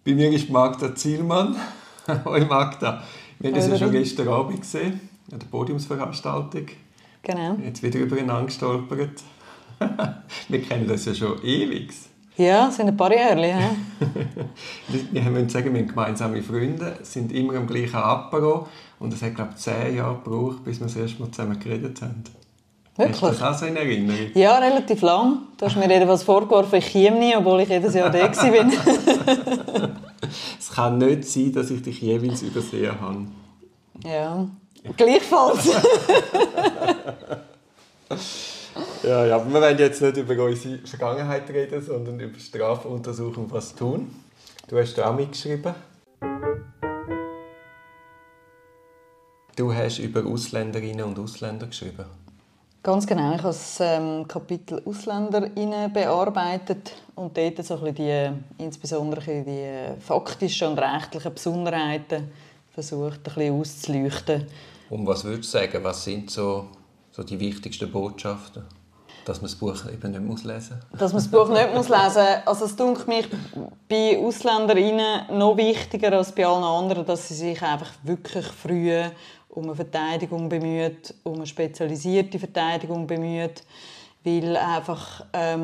Bei mir ist Magda Zielmann. Hoi Magda. Wir haben das ja schon gestern Abend gesehen, an der Podiumsveranstaltung. Genau. Jetzt wieder übereinander gestolpert. Wir kennen das ja schon ewig. Ja, es sind ein paar Jahre. Ja. Wir müssen sagen, wir haben gemeinsame Freunde, sind immer am gleichen Apero und es hat, glaube ich, 10 Jahre gebraucht, bis wir das erste Mal zusammen geredet haben. Wirklich? Hast du das auch so in Erinnerung? Ja, relativ lang. Du hast mir jedenfalls vorgeworfen, ich käme nie, obwohl ich jedes Jahr da war. Es kann nicht sein, dass ich dich jeweils übersehen habe. Ja, gleichfalls. Ja, aber wir wollen jetzt nicht über unsere Vergangenheit reden, sondern über Strafuntersuchung «Was tun?». Du hast da auch mitgeschrieben. Du hast über Ausländerinnen und Ausländer geschrieben. Ganz genau. Ich habe das Kapitel AusländerInnen bearbeitet und dort so ein bisschen insbesondere die faktischen und rechtlichen Besonderheiten versucht, ein bisschen auszuleuchten. Und was würdest du sagen, was sind so die wichtigsten Botschaften? Dass man das Buch eben nicht lesen muss? Dass man das Buch nicht lesen muss. Also es dünkt mich bei AusländerInnen noch wichtiger als bei allen anderen, dass sie sich einfach wirklich früh um eine Verteidigung bemüht, um eine spezialisierte Verteidigung bemüht, weil einfach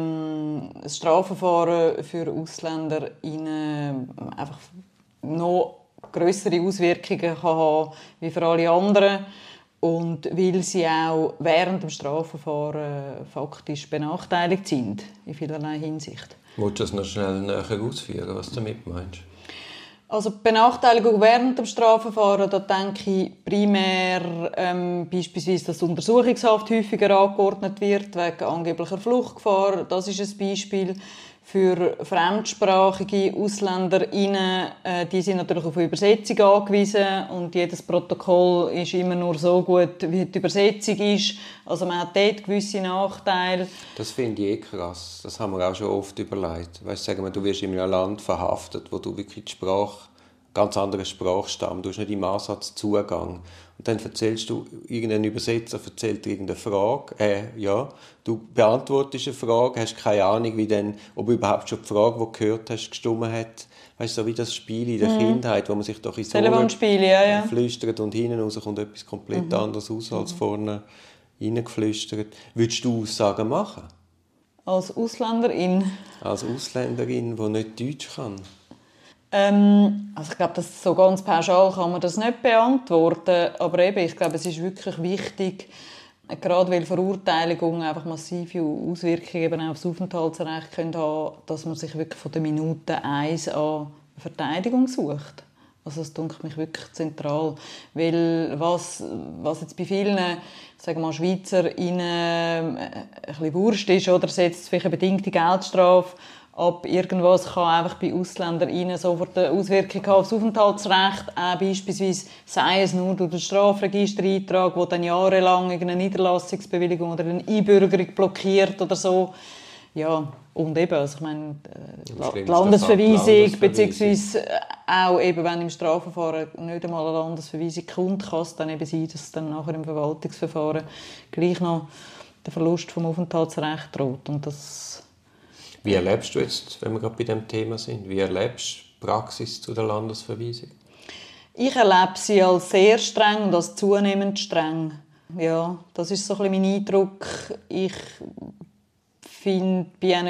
das Strafverfahren für AusländerInnen einfach noch grössere Auswirkungen kann haben wie für alle anderen. Und weil sie auch während dem Strafverfahren faktisch benachteiligt sind, in vielerlei Hinsicht. Willst du das noch schnell näher ausführen, was du damit meinst? Also die Benachteiligung während dem Strafverfahren, da denke ich primär beispielsweise, dass Untersuchungshaft häufiger angeordnet wird, wegen angeblicher Fluchtgefahr. Das ist ein Beispiel. Für fremdsprachige AusländerInnen, die sind natürlich auf Übersetzung angewiesen und jedes Protokoll ist immer nur so gut, wie die Übersetzung ist. Also man hat dort gewisse Nachteile. Das finde ich krass. Das haben wir auch schon oft überlegt. Weißt, sagen wir, du wirst in einem Land verhaftet, wo du wirklich die Sprache, ganz anderen Sprachstamm, du hast nicht im Ansatz Zugang. Und dann erzählst du, irgendein Übersetzer erzählt dir irgendeine Frage, du beantwortest eine Frage, hast keine Ahnung, ob überhaupt schon die Frage, die du gehört hast, gestimmt hat. Weißt du, so wie das Spiel in der Kindheit, wo man sich doch in so flüstert und hinten raus kommt etwas komplett anderes aus als vorne reingeflüstert. Würdest du Aussagen machen? Als Ausländerin? Als Ausländerin, die nicht Deutsch kann? Also ich glaube, dass so ganz pauschal kann man das nicht beantworten. Aber eben, ich glaube, es ist wirklich wichtig, gerade weil Verurteilungen einfach massive Auswirkungen eben auch aufs Aufenthaltsrecht haben können, dass man sich wirklich von der Minute 1 an eine Verteidigung sucht. Also das denke mich wirklich zentral. Weil was jetzt bei vielen, sagen wir mal, SchweizerInnen ein bisschen Wurst ist, oder setzt vielleicht eine bedingte Geldstrafe ab irgendwas, kann einfach bei AusländerInnen sofort eine Auswirkung haben aufs Aufenthaltsrecht. Auch beispielsweise, sei es nur durch den Strafregistereintrag, der dann jahrelang eine Niederlassungsbewilligung oder eine Einbürgerung blockiert oder so. Ja, und eben, also ich meine, die Landesverweisung, beziehungsweise auch eben, wenn im Strafverfahren nicht einmal eine Landesverweisung kommt, kann es dann eben sein, dass dann nachher im Verwaltungsverfahren gleich noch der Verlust vom Aufenthaltsrecht droht. Und das Wie erlebst du jetzt, wenn wir gerade bei diesem Thema sind, wie erlebst du die Praxis zu der Landesverweisung? Ich erlebe sie als sehr streng und als zunehmend streng. Ja, das ist so ein bisschen mein Eindruck. Ich finde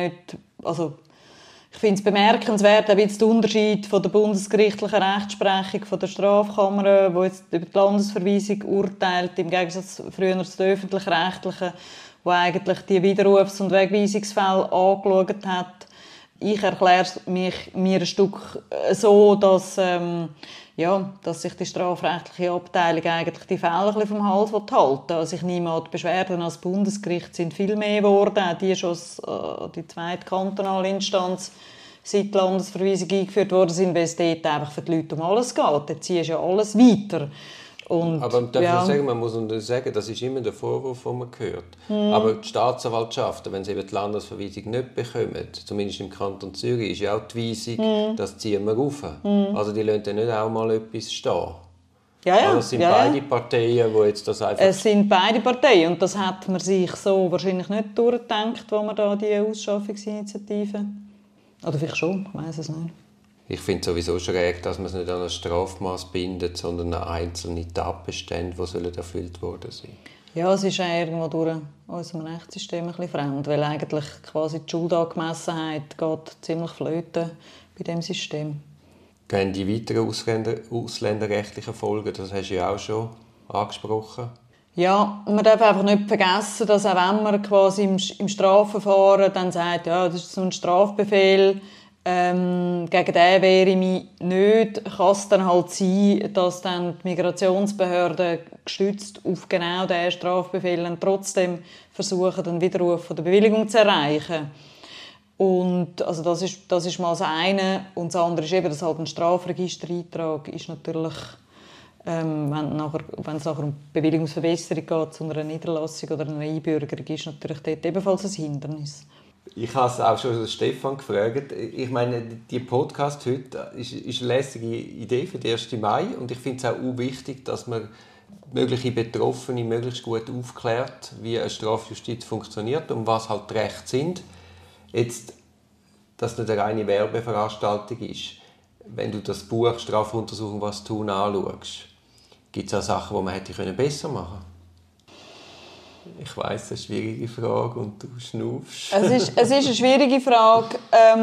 es bemerkenswert, auch jetzt der Unterschied von der bundesgerichtlichen Rechtsprechung von der Strafkammer, die jetzt über die Landesverweisung urteilt, im Gegensatz früher zu der öffentlich-rechtlichen, die eigentlich die Widerrufs- und Wegweisungsfälle angeschaut hat. Ich erkläre mir ein Stück so, dass sich die strafrechtliche Abteilung eigentlich die Fälle ein bisschen vom Hals halten. Also ich nehme an, die Beschwerden als Bundesgericht sind viel mehr geworden. Auch die schon die zweite kantonale Instanz seit die Landesverweisung eingeführt worden sind, weil es dort einfach für die Leute um alles geht. Da ziehst du ja alles weiter. Und, aber man muss sagen, das ist immer der Vorwurf, den man hört. Aber die Staatsanwaltschaften, wenn sie eben die Landesverweisung nicht bekommen, zumindest im Kanton Zürich, ist ja auch die Weisung, das ziehen wir rauf. Also die lassen nicht auch mal etwas stehen. Ja. Also es sind beide Parteien, die jetzt das einfach... Es sind beide Parteien und das hat man sich so wahrscheinlich nicht durchgedacht, wo man da die Ausschaffungsinitiative... Oder vielleicht schon, ich weiss es nicht. Ich finde sowieso schräg, dass man es nicht an ein Strafmaß bindet, sondern an einzelne Tatbestände, die erfüllt worden sein. Ja, es ist auch irgendwo durch unserem Rechtssystem ein bisschen fremd, weil eigentlich quasi die Schuldangemessenheit geht ziemlich flöten bei diesem System. Gehen die weiteren ausländerrechtlichen Folgen, das hast du ja auch schon angesprochen. Ja, man darf einfach nicht vergessen, dass auch wenn man quasi im Strafverfahren dann sagt, ja, das ist so ein Strafbefehl, gegen den wehre ich mich nicht, kann es dann halt sein, dass dann die Migrationsbehörden gestützt auf genau diesen Strafbefehl dann trotzdem versuchen, den Widerruf von der Bewilligung zu erreichen. Und also das ist mal das eine. Und das andere ist eben, dass halt ein Strafregistereintrag ist natürlich, wenn es nachher um Bewilligungsverbesserung geht, zu einer Niederlassung oder einer Einbürgerung, ist natürlich dort ebenfalls ein Hindernis. Ich habe es auch schon Stefan gefragt. Ich meine, die Podcast heute ist eine lässige Idee für den 1. Mai und ich finde es auch wichtig, dass man mögliche Betroffene möglichst gut aufklärt, wie eine Strafjustiz funktioniert und was halt die Rechte sind. Jetzt, dass nicht eine reine Werbeveranstaltung ist. Wenn du das Buch «Strafuntersuchung, was tun» anschaust, gibt es auch Sachen, die man hätte besser machen können? Ich weiss, das ist eine schwierige Frage und du schnaufst. Es ist eine schwierige Frage.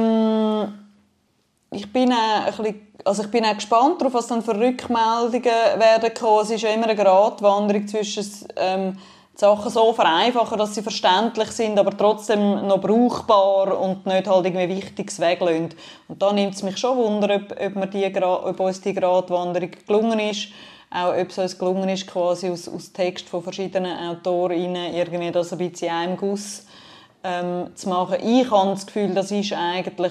Ich bin auch gespannt darauf, was dann für Rückmeldungen werden kommen. Es ist ja immer eine Gratwanderung zwischen die Sachen so vereinfachen, dass sie verständlich sind, aber trotzdem noch brauchbar und nicht halt irgendwie Wichtiges weglassen. Und da nimmt es mich schon Wunder, ob uns die Gratwanderung gelungen ist. Auch ob es uns gelungen ist, quasi aus Text von verschiedenen AutorInnen irgendwie das ein bisschen in einem Guss zu machen. Ich habe das Gefühl, das ist eigentlich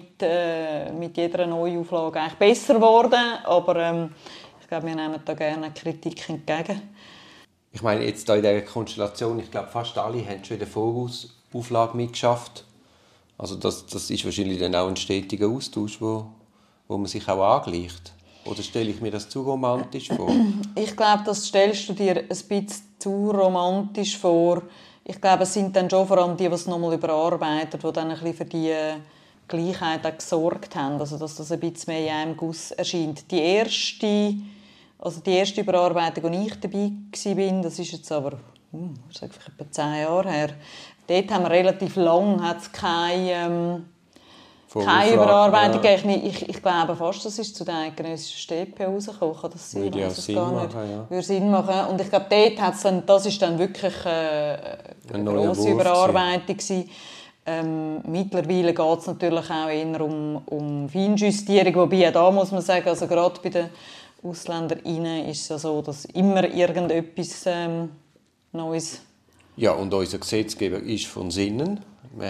mit jeder Neuauflage eigentlich besser geworden, aber ich glaube, wir nehmen da gerne Kritik entgegen. Ich meine, jetzt in dieser Konstellation, ich glaube, fast alle haben schon in der Vorausauflage mitgeschafft. Also das ist wahrscheinlich dann auch ein stetiger Austausch, wo man sich auch angleicht. Oder stelle ich mir das zu romantisch vor? Ich glaube, das stellst du dir ein bisschen zu romantisch vor. Ich glaube, es sind dann schon vor allem die es nochmal überarbeitet, die dann ein bisschen für die Gleichheit auch gesorgt haben. Also, dass das ein bisschen mehr in einem Guss erscheint. Die erste Überarbeitung, wo ich dabei war, das ist jetzt aber ich sage etwa 10 Jahre her. Dort haben wir relativ lang keine Überarbeitung. Ja. Ich glaube fast, das ist zu der eidgenössischen StPO rausgekommen. Kann das sein? Würde ja Sinn machen, ja. Würde Sinn machen. Und ich glaube, dort hat's dann, das ist dann wirklich eine grosse Überarbeitung gewesen. Mittlerweile geht es natürlich auch eher um Feinjustierung, wobei auch da muss man sagen, also gerade bei den AusländerInnen ist es ja so, dass immer irgendetwas Neues... Ja, und unser Gesetzgeber ist von Sinnen.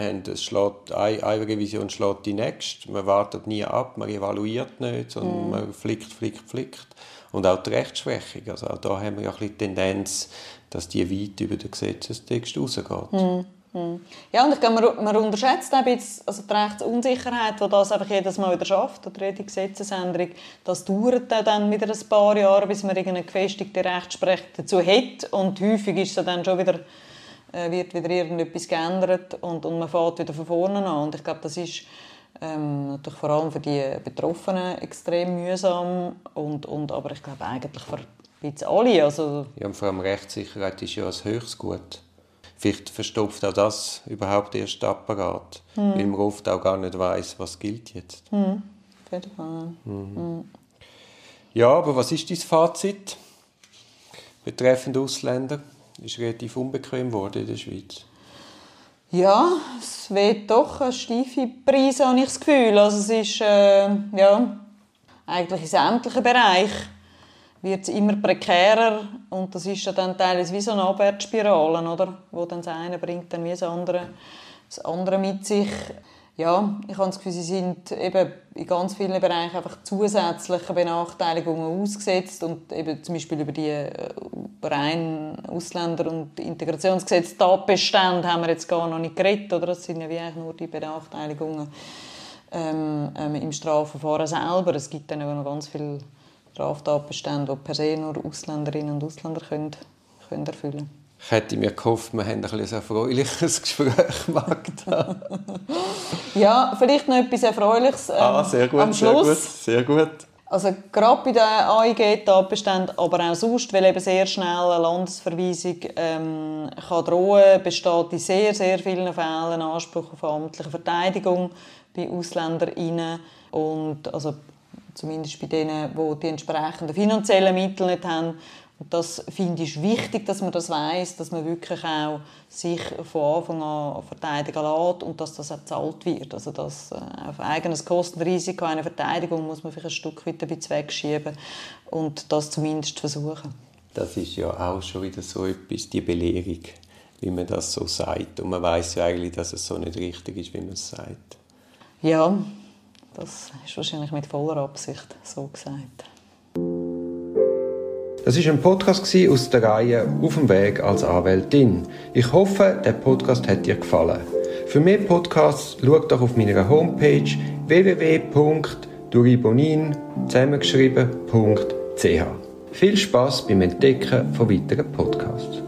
Eine Revision schlägt die nächste. Man wartet nie ab, man evaluiert nicht, sondern man flickt. Und auch die Rechtsprechung. Also auch da haben wir ja die Tendenz, dass die weit über den Gesetzestext rausgeht. Ja, und ich glaube, man unterschätzt auch ein bisschen, also die Rechtsunsicherheit, die das einfach jedes Mal wieder schafft, oder die Gesetzesänderung, das dauert dann wieder ein paar Jahre, bis man eine gefestigte Rechtsprechung dazu hat. Und häufig ist es dann schon wieder, wird wieder irgendetwas geändert und man fährt wieder von vorne an. Und ich glaube, das ist natürlich vor allem für die Betroffenen extrem mühsam, aber ich glaube eigentlich für ein bisschen alle. Also ja, und vor allem Rechtssicherheit ist ja ein höchstes Gut. Vielleicht verstopft auch das überhaupt erst den Apparat, weil man oft auch gar nicht weiss, was gilt jetzt. Auf jeden Fall. Ja, aber was ist dein Fazit betreffend Ausländer? Ist relativ unbequem geworden in der Schweiz. Ja, es wird doch eine steife Preise, habe ich das Gefühl. Also es ist eigentlich in sämtlichen Bereichen wird es immer prekärer und das ist ja dann teilweise wie so eine Abwärtsspirale, oder? Wo dann das eine bringt dann wie das andere mit sich. Ja, ich habe das Gefühl, sie sind eben in ganz vielen Bereichen einfach zusätzlichen Benachteiligungen ausgesetzt und eben zum Beispiel über die rein Ausländer- und Integrationsgesetz Tatbestände haben wir jetzt gar noch nicht geredet, oder? Das sind ja wie eigentlich nur die Benachteiligungen im Strafverfahren selber. Es gibt dann noch ganz viele Straftatbestände, die per se nur Ausländerinnen und Ausländer können erfüllen. Ich hätte mir gehofft, wir haben ein erfreuliches Gespräch, Magda. Ja, vielleicht noch etwas Erfreuliches sehr gut, am Schluss. Sehr gut. Also gerade bei den AIG-Tatbeständen, aber auch sonst, weil eben sehr schnell eine Landesverweisung kann drohen, besteht in sehr, sehr vielen Fällen Anspruch auf amtliche Verteidigung bei AusländerInnen. Und also zumindest bei denen, die die entsprechenden finanziellen Mittel nicht haben. Und das finde ich wichtig, dass man das weiss, dass man wirklich auch sich von Anfang an verteidigen lässt und dass das auch bezahlt wird. Also das auf eigenes Kostenrisiko einer Verteidigung muss man vielleicht ein Stück weit ein bisschen wegschieben und das zumindest versuchen. Das ist ja auch schon wieder so etwas, die Belehrung, wie man das so sagt. Und man weiss ja eigentlich, dass es so nicht richtig ist, wie man es sagt. Ja, das ist wahrscheinlich mit voller Absicht so gesagt. Das war ein Podcast aus der Reihe «Auf dem Weg als Anwältin». Ich hoffe, der Podcast hat dir gefallen. Für mehr Podcasts schau doch auf meiner Homepage www.duribonin zusammengeschrieben.ch. Viel Spass beim Entdecken von weiteren Podcasts.